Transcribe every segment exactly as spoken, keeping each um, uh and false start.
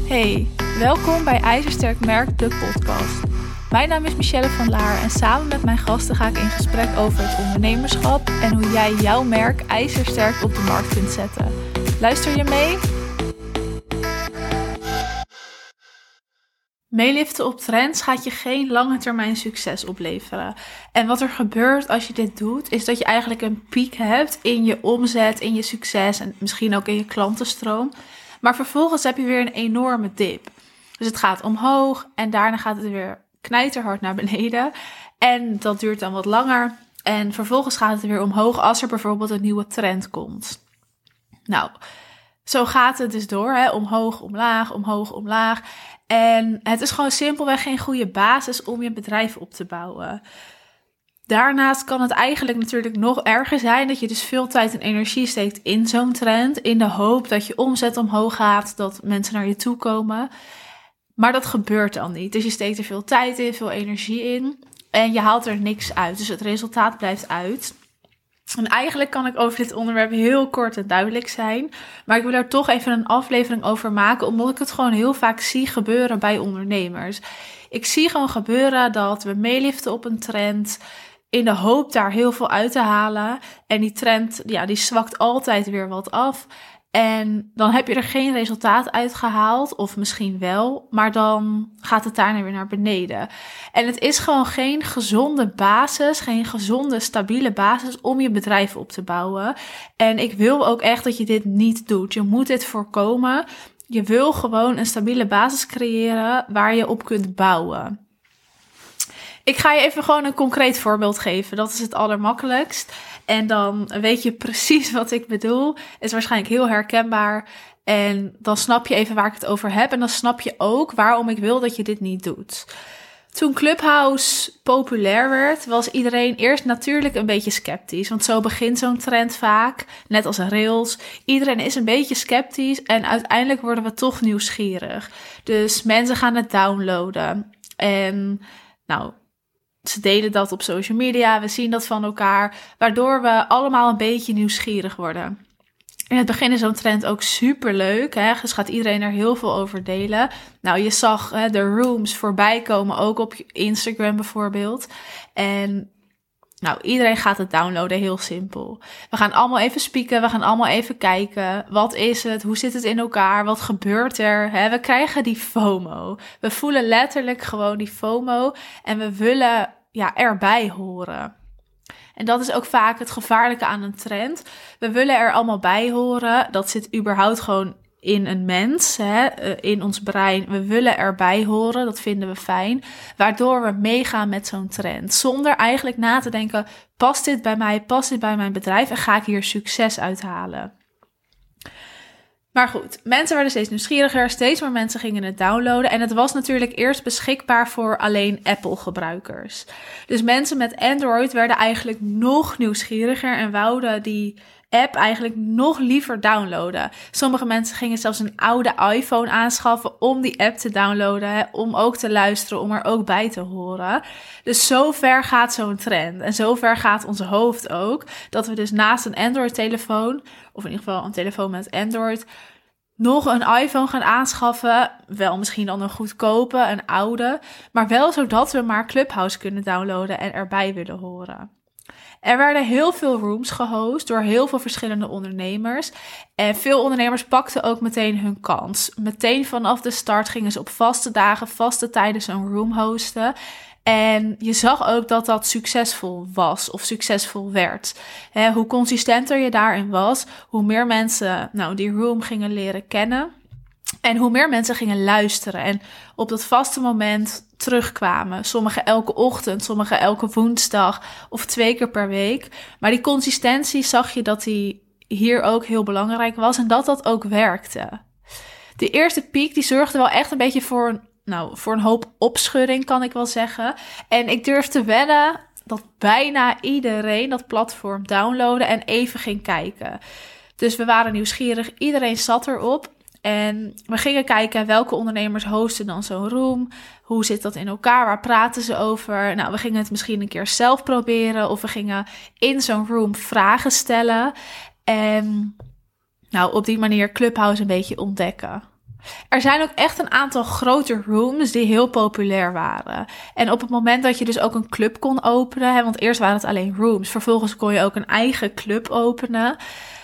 Hey, welkom bij IJzersterk Merk, de podcast. Mijn naam is Michelle van Laar en samen met mijn gasten ga ik in gesprek over het ondernemerschap en hoe jij jouw merk ijzersterk op de markt kunt zetten. Luister je mee? Meeliften op trends gaat je geen lange termijn succes opleveren. En wat er gebeurt als je dit doet, is dat je eigenlijk een piek hebt in je omzet, in je succes en misschien ook in je klantenstroom. Maar vervolgens heb je weer een enorme dip. Dus het gaat omhoog en daarna gaat het weer knijterhard naar beneden. En dat duurt dan wat langer. En vervolgens gaat het weer omhoog als er bijvoorbeeld een nieuwe trend komt. Nou, zo gaat het dus door. Hè? Omhoog, omlaag, omhoog, omlaag. En het is gewoon simpelweg geen goede basis om je bedrijf op te bouwen. Daarnaast kan het eigenlijk natuurlijk nog erger zijn dat je dus veel tijd en energie steekt in zo'n trend. In de hoop dat je omzet omhoog gaat, dat mensen naar je toe komen. Maar dat gebeurt dan niet. Dus je steekt er veel tijd in, veel energie in. En je haalt er niks uit. Dus het resultaat blijft uit. En eigenlijk kan ik over dit onderwerp heel kort en duidelijk zijn. Maar ik wil er toch even een aflevering over maken. Omdat ik het gewoon heel vaak zie gebeuren bij ondernemers. Ik zie gewoon gebeuren dat we meeliften op een trend in de hoop daar heel veel uit te halen. En die trend, ja, die zwakt altijd weer wat af. En dan heb je er geen resultaat uitgehaald, of misschien wel, maar dan gaat het daarna weer naar beneden. En het is gewoon geen gezonde basis, geen gezonde, stabiele basis om je bedrijf op te bouwen. En ik wil ook echt dat je dit niet doet. Je moet dit voorkomen. Je wil gewoon een stabiele basis creëren waar je op kunt bouwen. Ik ga je even gewoon een concreet voorbeeld geven. Dat is het allermakkelijkst. En dan weet je precies wat ik bedoel. Het is waarschijnlijk heel herkenbaar. En dan snap je even waar ik het over heb. En dan snap je ook waarom ik wil dat je dit niet doet. Toen Clubhouse populair werd, was iedereen eerst natuurlijk een beetje sceptisch. Want zo begint zo'n trend vaak, net als Rails. Iedereen is een beetje sceptisch en uiteindelijk worden we toch nieuwsgierig. Dus mensen gaan het downloaden. En nou, ze delen dat op social media, we zien dat van elkaar, waardoor we allemaal een beetje nieuwsgierig worden. In het begin is zo'n trend ook super leuk, hè? Dus gaat iedereen er heel veel over delen. Nou, je zag hè, de rooms voorbij komen, ook op Instagram bijvoorbeeld. En nou, iedereen gaat het downloaden, heel simpel. We gaan allemaal even spieken, we gaan allemaal even kijken. Wat is het? Hoe zit het in elkaar? Wat gebeurt er? Hè? We krijgen die FOMO. We voelen letterlijk gewoon die FOMO en we willen ja, erbij horen. En dat is ook vaak het gevaarlijke aan een trend. We willen er allemaal bij horen. Dat zit überhaupt gewoon in een mens, hè, in ons brein. We willen erbij horen, dat vinden we fijn. Waardoor we meegaan met zo'n trend. Zonder eigenlijk na te denken, past dit bij mij, past dit bij mijn bedrijf en ga ik hier succes uithalen? Maar goed, mensen werden steeds nieuwsgieriger, steeds meer mensen gingen het downloaden. En het was natuurlijk eerst beschikbaar voor alleen Apple-gebruikers. Dus mensen met Android werden eigenlijk nog nieuwsgieriger en wouden die app eigenlijk nog liever downloaden. Sommige mensen gingen zelfs een oude iPhone aanschaffen om die app te downloaden, hè, om ook te luisteren, om er ook bij te horen. Dus zo ver gaat zo'n trend en zo ver gaat ons hoofd ook, dat we dus naast een Android-telefoon, of in ieder geval een telefoon met Android, nog een iPhone gaan aanschaffen. Wel misschien dan een goedkope, een oude, maar wel zodat we maar Clubhouse kunnen downloaden en erbij willen horen. Er werden heel veel rooms gehost door heel veel verschillende ondernemers. En veel ondernemers pakten ook meteen hun kans. Meteen vanaf de start gingen ze op vaste dagen, vaste tijden zo'n room hosten. En je zag ook dat dat succesvol was of succesvol werd. He, hoe consistenter je daarin was, hoe meer mensen nou, die room gingen leren kennen. En hoe meer mensen gingen luisteren en op dat vaste moment terugkwamen. Sommigen elke ochtend, sommigen elke woensdag of twee keer per week. Maar die consistentie zag je dat die hier ook heel belangrijk was en dat dat ook werkte. De eerste piek die zorgde wel echt een beetje voor een, nou, voor een hoop opschudding, kan ik wel zeggen. En ik durf te wedden dat bijna iedereen dat platform downloadde en even ging kijken. Dus we waren nieuwsgierig, iedereen zat erop. En we gingen kijken welke ondernemers hosten dan zo'n room. Hoe zit dat in elkaar? Waar praten ze over? Nou, we gingen het misschien een keer zelf proberen. Of we gingen in zo'n room vragen stellen. En nou, op die manier Clubhouse een beetje ontdekken. Er zijn ook echt een aantal grote rooms die heel populair waren. En op het moment dat je dus ook een club kon openen, hè, want eerst waren het alleen rooms, vervolgens kon je ook een eigen club openen,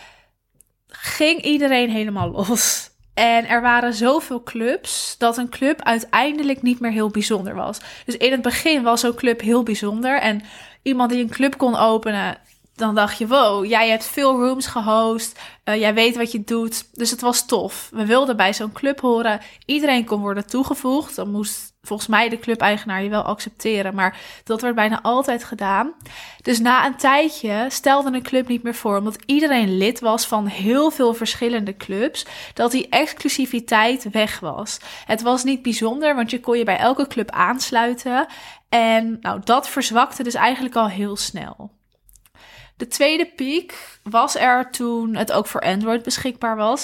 ging iedereen helemaal los. En er waren zoveel clubs dat een club uiteindelijk niet meer heel bijzonder was. Dus in het begin was zo'n club heel bijzonder. En iemand die een club kon openen, dan dacht je, wow, jij hebt veel rooms gehost. Uh, jij weet wat je doet. Dus het was tof. We wilden bij zo'n club horen. Iedereen kon worden toegevoegd. Dan moest volgens mij de clubeigenaar je wel accepteren. Maar dat werd bijna altijd gedaan. Dus na een tijdje stelde een club niet meer voor. Omdat iedereen lid was van heel veel verschillende clubs. Dat die exclusiviteit weg was. Het was niet bijzonder, want je kon je bij elke club aansluiten. En nou, dat verzwakte dus eigenlijk al heel snel. De tweede piek was er toen het ook voor Android beschikbaar was.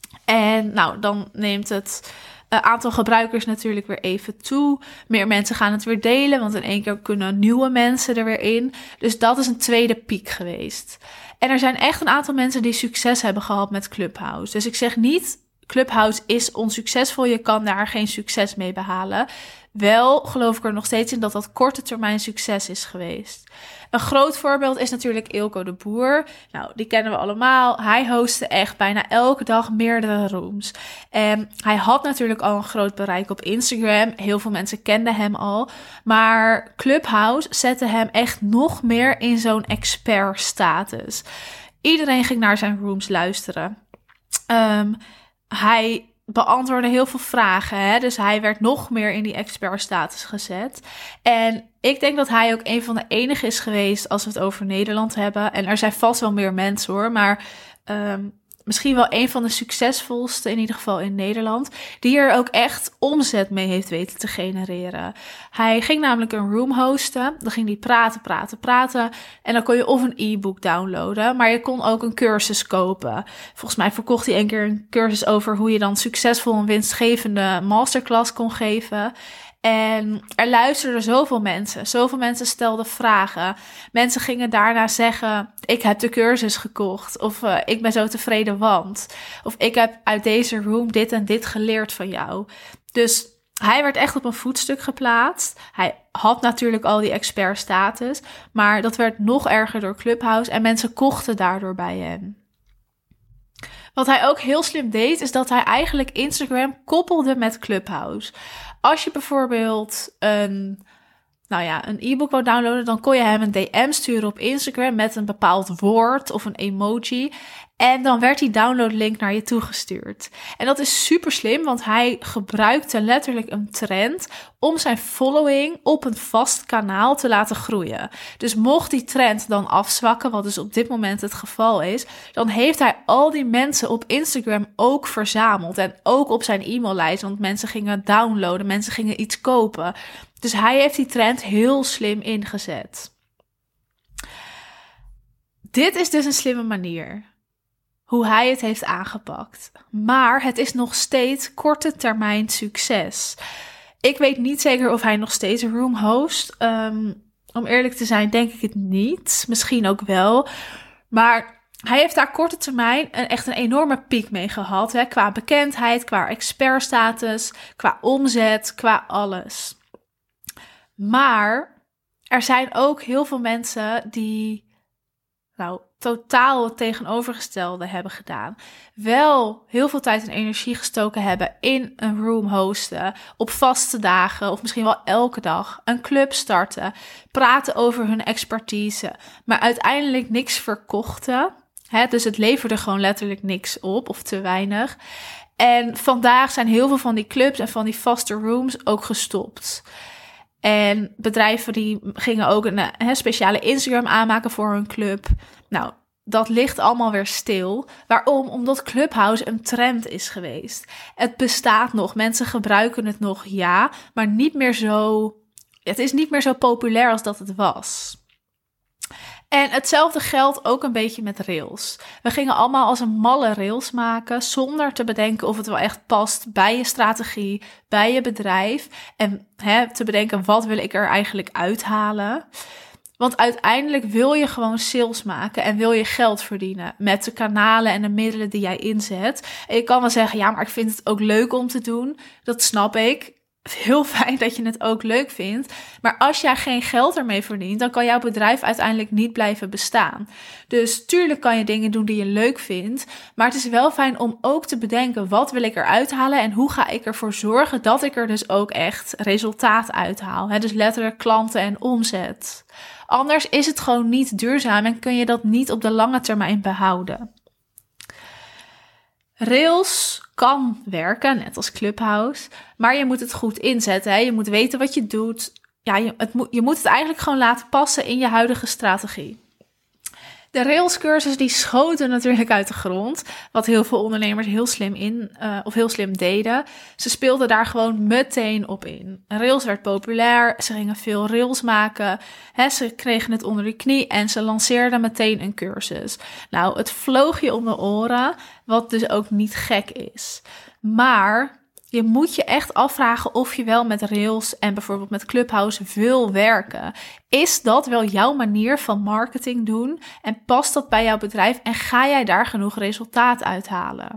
En nou, dan neemt het uh, aantal gebruikers natuurlijk weer even toe. Meer mensen gaan het weer delen, want in één keer kunnen nieuwe mensen er weer in. Dus dat is een tweede piek geweest. En er zijn echt een aantal mensen die succes hebben gehad met Clubhouse. Dus ik zeg niet, Clubhouse is onsuccesvol, je kan daar geen succes mee behalen. Wel geloof ik er nog steeds in dat dat korte termijn succes is geweest. Een groot voorbeeld is natuurlijk Eelco de Boer. Nou, die kennen we allemaal. Hij hostte echt bijna elke dag meerdere rooms. En hij had natuurlijk al een groot bereik op Instagram. Heel veel mensen kenden hem al. Maar Clubhouse zette hem echt nog meer in zo'n expert status. Iedereen ging naar zijn rooms luisteren. Um, hij beantwoordde heel veel vragen, hè? Dus hij werd nog meer in die expertstatus gezet. En ik denk dat hij ook een van de enigen is geweest als we het over Nederland hebben. En er zijn vast wel meer mensen hoor, maar um, misschien wel een van de succesvolste, in ieder geval in Nederland, die er ook echt omzet mee heeft weten te genereren. Hij ging namelijk een room hosten, dan ging hij praten, praten, praten en dan kon je of een e-book downloaden, maar je kon ook een cursus kopen. Volgens mij verkocht hij een keer een cursus over hoe je dan succesvol een winstgevende masterclass kon geven. En er luisterden zoveel mensen. Zoveel mensen stelden vragen. Mensen gingen daarna zeggen, ik heb de cursus gekocht. Of uh, ik ben zo tevreden, want. Of ik heb uit deze room dit en dit geleerd van jou. Dus hij werd echt op een voetstuk geplaatst. Hij had natuurlijk al die expertstatus. Maar dat werd nog erger door Clubhouse. En mensen kochten daardoor bij hem. Wat hij ook heel slim deed, is dat hij eigenlijk Instagram koppelde met Clubhouse. Als je bijvoorbeeld een, nou ja, een e-book wou downloaden, dan kon je hem een D M sturen op Instagram met een bepaald woord of een emoji. En dan werd die downloadlink naar je toegestuurd. En dat is super slim, want hij gebruikte letterlijk een trend om zijn following op een vast kanaal te laten groeien. Dus mocht die trend dan afzwakken, wat dus op dit moment het geval is, dan heeft hij al die mensen op Instagram ook verzameld. En ook op zijn e-maillijst, want mensen gingen downloaden, mensen gingen iets kopen. Dus hij heeft die trend heel slim ingezet. Dit is dus een slimme manier hoe hij het heeft aangepakt. Maar het is nog steeds korte termijn succes. Ik weet niet zeker of hij nog steeds een room host. Um, om eerlijk te zijn, denk ik het niet. Misschien ook wel. Maar hij heeft daar korte termijn een, echt een enorme piek mee gehad. Hè, qua bekendheid, qua expertstatus, qua omzet, qua alles. Maar er zijn ook heel veel mensen die, nou, totaal het tegenovergestelde hebben gedaan. Wel heel veel tijd en energie gestoken hebben in een room hosten, op vaste dagen of misschien wel elke dag, een club starten, praten over hun expertise, maar uiteindelijk niks verkochten. Hè, dus het leverde gewoon letterlijk niks op of te weinig. En vandaag zijn heel veel van die clubs en van die vaste rooms ook gestopt. En bedrijven die gingen ook een, een speciale Instagram aanmaken voor hun club. Nou, dat ligt allemaal weer stil. Waarom? Omdat Clubhouse een trend is geweest. Het bestaat nog, mensen gebruiken het nog, ja, maar niet meer zo. Het is niet meer zo populair als dat het was. En hetzelfde geldt ook een beetje met Reels. We gingen allemaal als een malle Reels maken, zonder te bedenken of het wel echt past bij je strategie, bij je bedrijf. En hè, te bedenken, wat wil ik er eigenlijk uithalen? Want uiteindelijk wil je gewoon sales maken en wil je geld verdienen met de kanalen en de middelen die jij inzet. En je kan wel zeggen, ja, maar ik vind het ook leuk om te doen. Dat snap ik. Heel fijn dat je het ook leuk vindt. Maar als jij geen geld ermee verdient, dan kan jouw bedrijf uiteindelijk niet blijven bestaan. Dus tuurlijk kan je dingen doen die je leuk vindt. Maar het is wel fijn om ook te bedenken, wat wil ik eruit halen en hoe ga ik ervoor zorgen dat ik er dus ook echt resultaat uithaal. He, dus letterlijk klanten en omzet. Anders is het gewoon niet duurzaam en kun je dat niet op de lange termijn behouden. Rails kan werken, net als Clubhouse, maar je moet het goed inzetten. Hè? Je moet weten wat je doet. Ja, je, het moet, je moet het eigenlijk gewoon laten passen in je huidige strategie. De Rails-cursus die schoten natuurlijk uit de grond, wat heel veel ondernemers heel slim in uh, of heel slim deden. Ze speelden daar gewoon meteen op in. Rails werd populair, ze gingen veel Rails maken, hè, ze kregen het onder de knie en ze lanceerden meteen een cursus. Nou, het vloog je om de oren, wat dus ook niet gek is. Maar je moet je echt afvragen of je wel met Rails en bijvoorbeeld met Clubhouse wil werken. Is dat wel jouw manier van marketing doen? En past dat bij jouw bedrijf? En ga jij daar genoeg resultaat uithalen?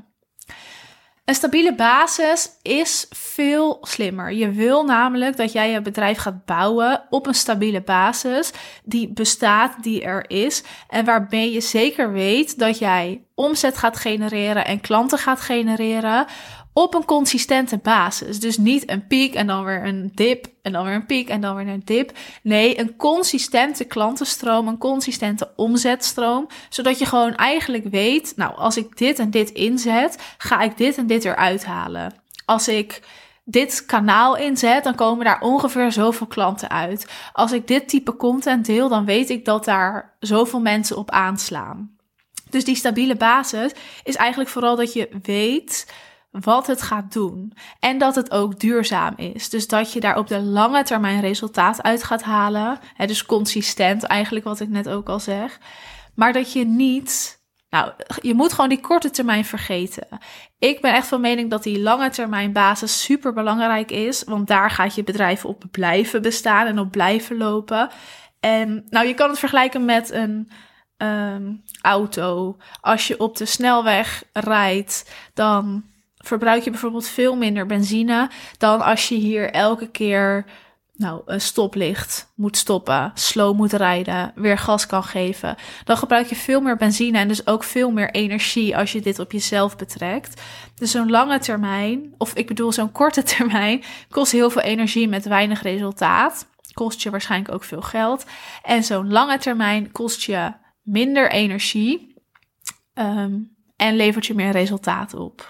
Een stabiele basis is veel slimmer. Je wil namelijk dat jij je bedrijf gaat bouwen op een stabiele basis die bestaat, die er is. En waarmee je zeker weet dat jij omzet gaat genereren en klanten gaat genereren op een consistente basis. Dus niet een piek en dan weer een dip en dan weer een piek en dan weer een dip. Nee, een consistente klantenstroom, een consistente omzetstroom. Zodat je gewoon eigenlijk weet, nou, als ik dit en dit inzet, ga ik dit en dit eruit halen. Als ik dit kanaal inzet, dan komen daar ongeveer zoveel klanten uit. Als ik dit type content deel, dan weet ik dat daar zoveel mensen op aanslaan. Dus die stabiele basis is eigenlijk vooral dat je weet wat het gaat doen. En dat het ook duurzaam is. Dus dat je daar op de lange termijn resultaat uit gaat halen. Hè, dus consistent eigenlijk wat ik net ook al zeg. Maar dat je niet... Nou, je moet gewoon die korte termijn vergeten. Ik ben echt van mening dat die lange termijn basis super belangrijk is. Want daar gaat je bedrijf op blijven bestaan en op blijven lopen. En nou, je kan het vergelijken met een um, auto. Als je op de snelweg rijdt, dan verbruik je bijvoorbeeld veel minder benzine dan als je hier elke keer nou, een stoplicht moet stoppen, slow moet rijden, weer gas kan geven. Dan gebruik je veel meer benzine en dus ook veel meer energie als je dit op jezelf betrekt. Dus zo'n lange termijn, of ik bedoel zo'n korte termijn, kost heel veel energie met weinig resultaat. Kost je waarschijnlijk ook veel geld. En zo'n lange termijn kost je minder energie um, en levert je meer resultaat op.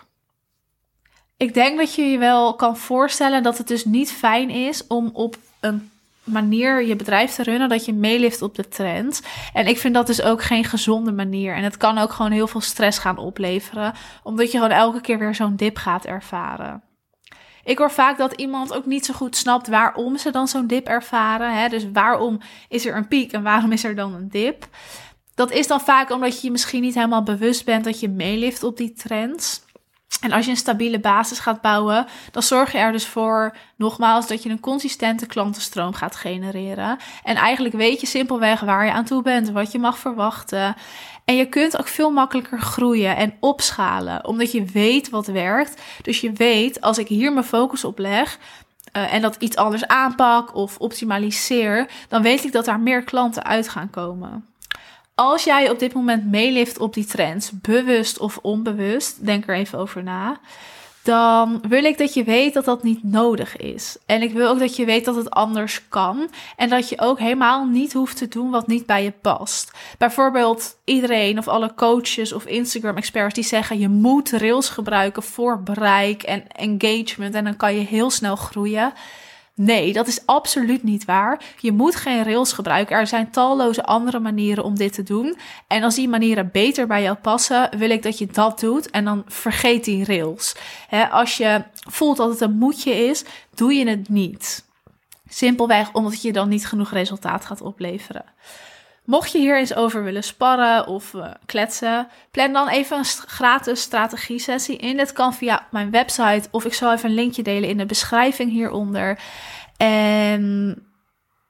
Ik denk dat je je wel kan voorstellen dat het dus niet fijn is om op een manier je bedrijf te runnen dat je meelift op de trend. En ik vind dat dus ook geen gezonde manier. En het kan ook gewoon heel veel stress gaan opleveren, omdat je gewoon elke keer weer zo'n dip gaat ervaren. Ik hoor vaak dat iemand ook niet zo goed snapt waarom ze dan zo'n dip ervaren. Hè? Dus waarom is er een piek en waarom is er dan een dip? Dat is dan vaak omdat je je misschien niet helemaal bewust bent dat je meelift op die trends. En als je een stabiele basis gaat bouwen, dan zorg je er dus voor, nogmaals, dat je een consistente klantenstroom gaat genereren. En eigenlijk weet je simpelweg waar je aan toe bent, wat je mag verwachten. En je kunt ook veel makkelijker groeien en opschalen, omdat je weet wat werkt. Dus je weet, als ik hier mijn focus op leg uh, en dat iets anders aanpak of optimaliseer, dan weet ik dat daar meer klanten uit gaan komen. Als jij op dit moment meelift op die trends, bewust of onbewust, denk er even over na, dan wil ik dat je weet dat dat niet nodig is. En ik wil ook dat je weet dat het anders kan en dat je ook helemaal niet hoeft te doen wat niet bij je past. Bijvoorbeeld iedereen of alle coaches of Instagram-experts die zeggen je moet Rails gebruiken voor bereik en engagement en dan kan je heel snel groeien. Nee, dat is absoluut niet waar. Je moet geen Rails gebruiken. Er zijn talloze andere manieren om dit te doen. En als die manieren beter bij jou passen, wil ik dat je dat doet. En dan vergeet die Rails. He, als je voelt dat het een moedje is, doe je het niet. Simpelweg omdat je dan niet genoeg resultaat gaat opleveren. Mocht je hier eens over willen sparren of uh, kletsen, plan dan even een gratis strategie-sessie in. Dit kan via mijn website of ik zal even een linkje delen in de beschrijving hieronder. En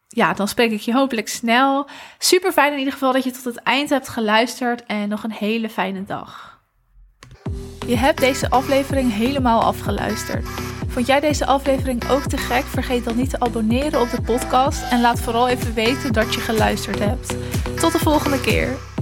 ja, dan spreek ik je hopelijk snel. Super fijn in ieder geval dat je tot het eind hebt geluisterd en nog een hele fijne dag. Je hebt deze aflevering helemaal afgeluisterd. Vond jij deze aflevering ook te gek? Vergeet dan niet te abonneren op de podcast en laat vooral even weten dat je geluisterd hebt. Tot de volgende keer.